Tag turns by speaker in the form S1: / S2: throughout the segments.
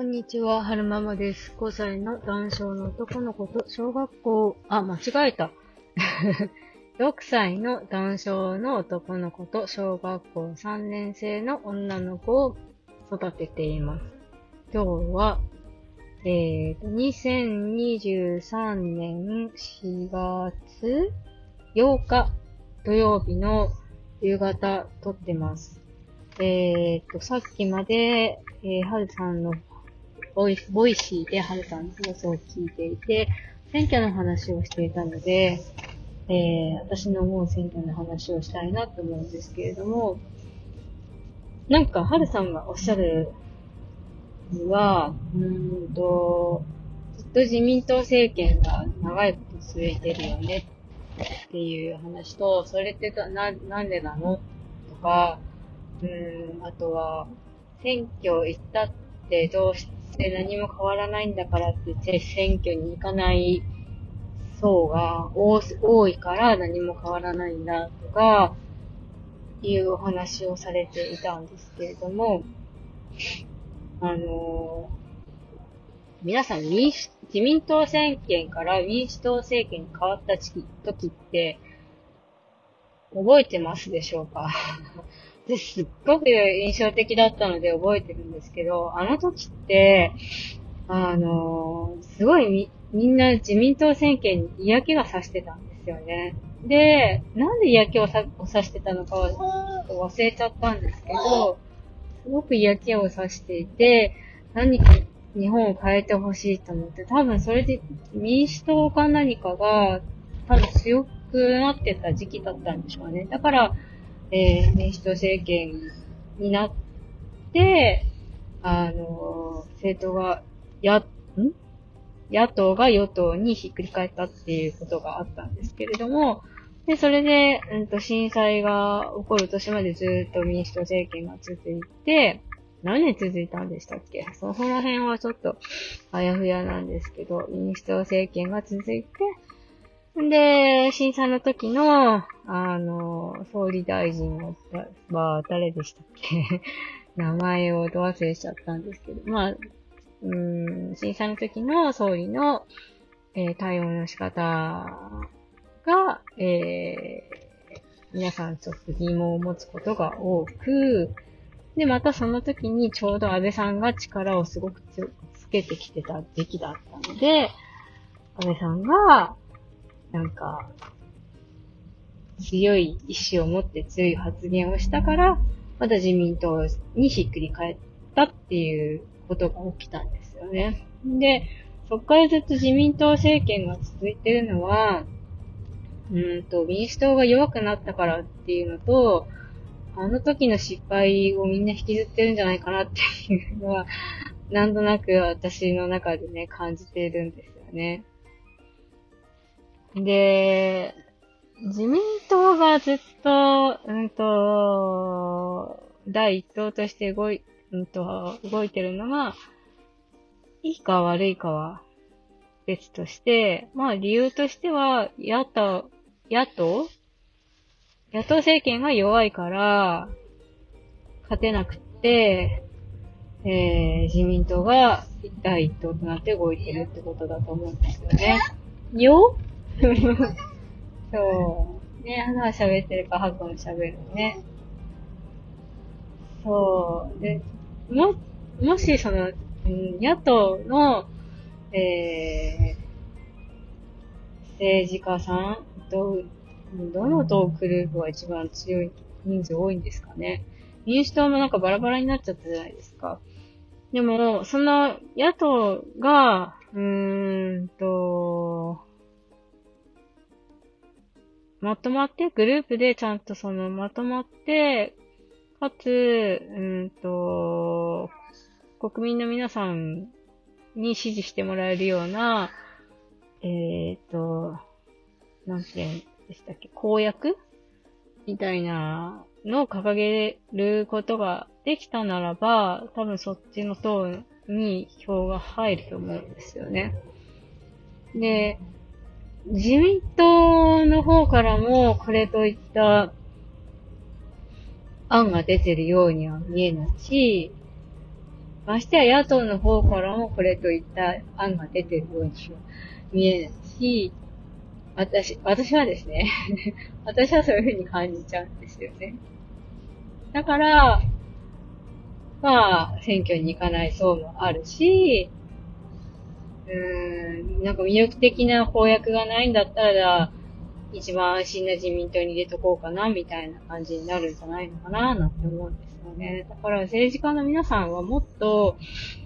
S1: んにちは、はるままです。5歳の男性の男の子と間違えた。6歳の男性の男の子と小学校3年生の女の子を育てています。今日は、2023年4月8日土曜日の夕方撮ってます。さっきまで、はるさんのボイシーではるさんの放送を聞いていて、選挙の話をしていたので、私の思う選挙の話をしたいなと思うんですけれども、なんか、はるさんがおっしゃるには、ずっと自民党政権が長いこと続いてるよねっていう話と、それってなんでなのとか、あとは、選挙行ったってどうして何も変わらないんだからって言って選挙に行かない層が多いから何も変わらないんだとか、いうお話をされていたんですけれども、皆さん自民党政権から民主党政権に変わった時って覚えてますでしょうか？すっごく印象的だったので覚えてるんですけど、あの時って、すごいみんな自民党政権に嫌気がさしてたんですよね。で、なんで嫌気をさしてたのかは忘れちゃったんですけど、すごく嫌気をさしていて、何か日本を変えてほしいと思って、多分それで民主党か何かが多分強くなってた時期だったんでしょうね。だから、民主党政権になって、政党が、野党が与党にひっくり返ったっていうことがあったんですけれども、で、それで、震災が起こる年までずっと民主党政権が続いて、何年続いたんでしたっけ？その辺はちょっとあやふやなんですけど、民主党政権が続いて、で、震災の時の、総理大臣は誰でしたっけ？名前をど忘れしちゃったんですけど、震災の時の総理の、対応の仕方が、皆さんちょっと疑問を持つことが多く、で、またその時にちょうど安倍さんが力をすごくつけてきてた時期だったので、安倍さんが、なんか、強い意志を持って強い発言をしたから、また自民党にひっくり返ったっていうことが起きたんですよね。で、そこからずっと自民党政権が続いてるのは、民主党が弱くなったからっていうのと、あの時の失敗をみんな引きずってるんじゃないかなっていうのは、なんとなく私の中でね、感じているんですよね。で、自民党がずっと、第一党として動いてるのが、いいか悪いかは別として、理由としては、野党政権が弱いから、勝てなくて、自民党が第一党となって動いてるってことだと思うんですよね。そう。ね、花は喋ってるか、ハクも喋るね。そう。で、もし野党の、政治家さん、どの党グループが一番強い人数多いんですかね。民主党もなんかバラバラになっちゃったじゃないですか。でも、その野党が、まとまって、グループでちゃんとまとまって、かつ、国民の皆さんに支持してもらえるような、なんて言うんでしたっけ、公約みたいなのを掲げることができたならば、多分そっちの党に票が入ると思うんですよね。で、自民党の方からもこれといった案が出てるようには見えないし、 ましてや野党の方からもこれといった案が出てるようには見えないし、私はですね、私はそういう風に感じちゃうんですよね。だから、まあ、選挙に行かない層もあるし、なんか魅力的な公約がないんだったら、一番安心な自民党に入れとこうかな、みたいな感じになるんじゃないのかな、なんて思うんですよね。だから政治家の皆さんはもっと、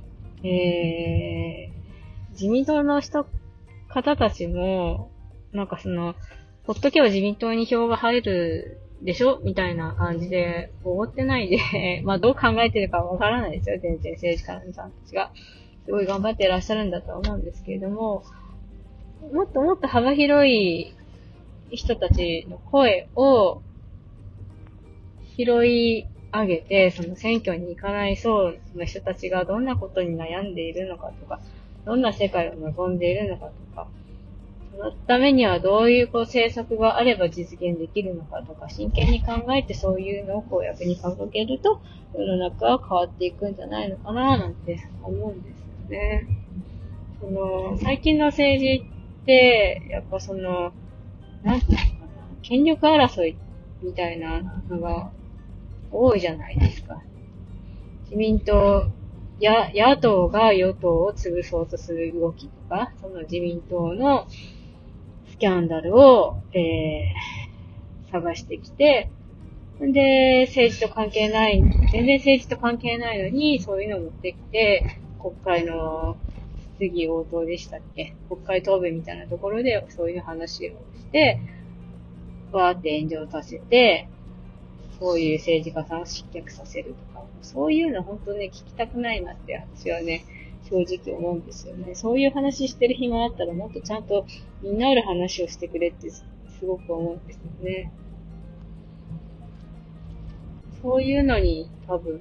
S1: 自民党の方たちも、なんかほっとけば自民党に票が入るでしょみたいな感じで、思ってないで、まあどう考えてるかわからないですよ、全然政治家の皆さんたちが。すごい頑張っていらっしゃるんだとは思うんですけれども、もっともっと幅広い人たちの声を拾い上げて、その選挙に行かない層の人たちがどんなことに悩んでいるのかとか、どんな世界を望んでいるのかとか、そのためにはどういう政策があれば実現できるのかとか、真剣に考えてそういうのを公約に掲げると、世の中は変わっていくんじゃないのかななんて思うんですよね。最近の政治って、やっぱなんていうのかな、権力争いみたいなのが多いじゃないですか。自民党、野党が与党を潰そうとする動きとか、その自民党のスキャンダルを、探してきて、で、政治と関係ない、全然政治と関係ないのに、そういうのを持ってきて、国会の質疑応答でしたっけ？国会答弁みたいなところで、そういう話をして、わーって炎上させて、そういう政治家さんを失脚させるとか、そういうの本当ね、聞きたくないなって私はね、正直思うんですよね。そういう話してる暇あったらもっとちゃんとみんなある話をしてくれってすごく思うんですよね。そういうのに多分、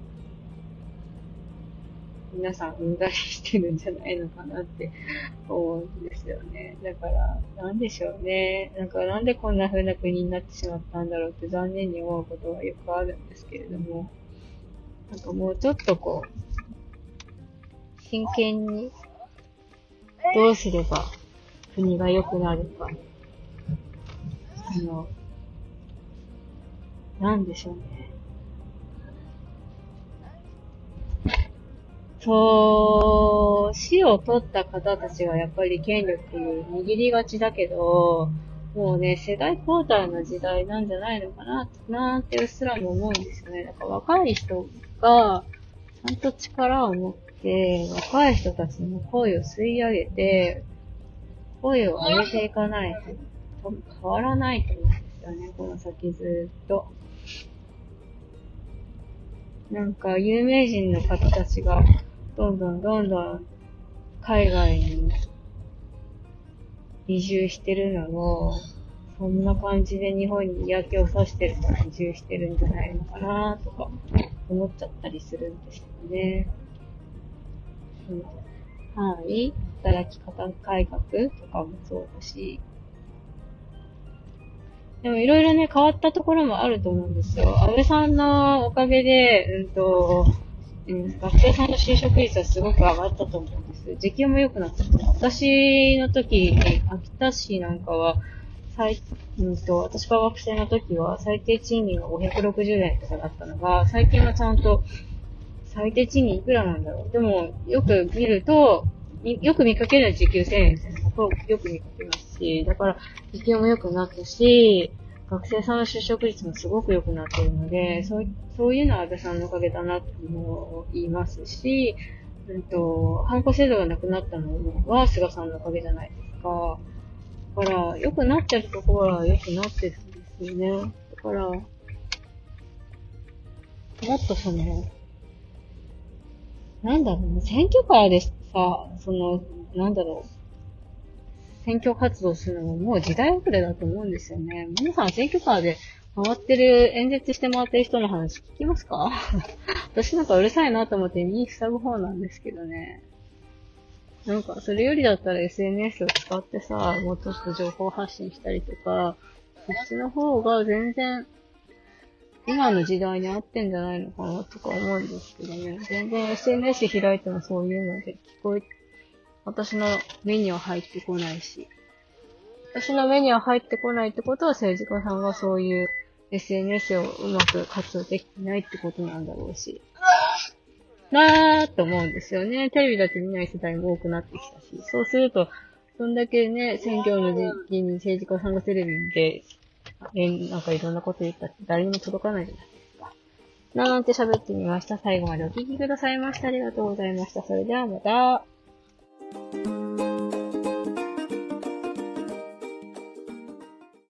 S1: 皆さんうんざりしてるんじゃないのかなって思うんですよね。だから、なんでしょうね。なんでこんな風な国になってしまったんだろうって残念に思うことはよくあるんですけれども、なんかもうちょっと真剣にどうすれば国が良くなるか。なんでしょうね。死を取った方たちがやっぱり権力握りがちだけど、もうね、世代交代の時代なんじゃないのかな、なんてうっすらも思うんですよね。なんか若い人が、ちゃんと力を持って、若い人たちの声を吸い上げて、声を上げていかないと、変わらないと思うんですよね、この先ずっと。なんか、有名人の方たちが、どんどん海外に移住してるのも、そんな感じで日本に嫌気をさしてるから移住してるんじゃないのかなとか思っちゃったりするんですよね。はい。働き方改革とかもそうだし、でもいろいろね、変わったところもあると思うんですよ。安倍さんのおかげで、学生さんの就職率はすごく上がったと思うんです。時給も良くなったと思う。私の時、秋田市なんかは、私が学生の時は最低賃金が560円とかだったのが、最近はちゃんと最低賃金いくらなんだろう。でも、よく見ると、よく見かけるのは時給1000円みたいなことをよく見かけますし、だから時給も良くなったし、学生さんの就職率もすごく良くなっているので、そういうのは安倍さんのおかげだなと言いますし、ハンコ制度がなくなったのは菅さんのおかげじゃないですか。だから、良くなってるところは良くなってるんですよね。だから、もっとなんだろうね、選挙カーでさ、選挙活動するのももう時代遅れだと思うんですよね。皆さん選挙カーで演説して回ってる人の話聞きますか？私なんかうるさいなと思って耳塞ぐ方なんですけどね。なんか、それよりだったら SNS を使ってさ、もうちょっと情報発信したりとか、そっちの方が全然今の時代に合ってんじゃないのかなとか思うんですけどね。全然 SNS 開いてもそういうので私の目には入ってこないし。私の目には入ってこないってことは政治家さんがそういう SNS をうまく活用できてないってことなんだろうし。なーと思うんですよね。テレビだって見ない世代も多くなってきたし。そうすると、そんだけね、選挙の時期に政治家さんがテレビで、なんかいろんなこと言ったって誰にも届かないじゃないですか。なんて喋ってみました。最後までお聞きくださいました。ありがとうございました。それではまた。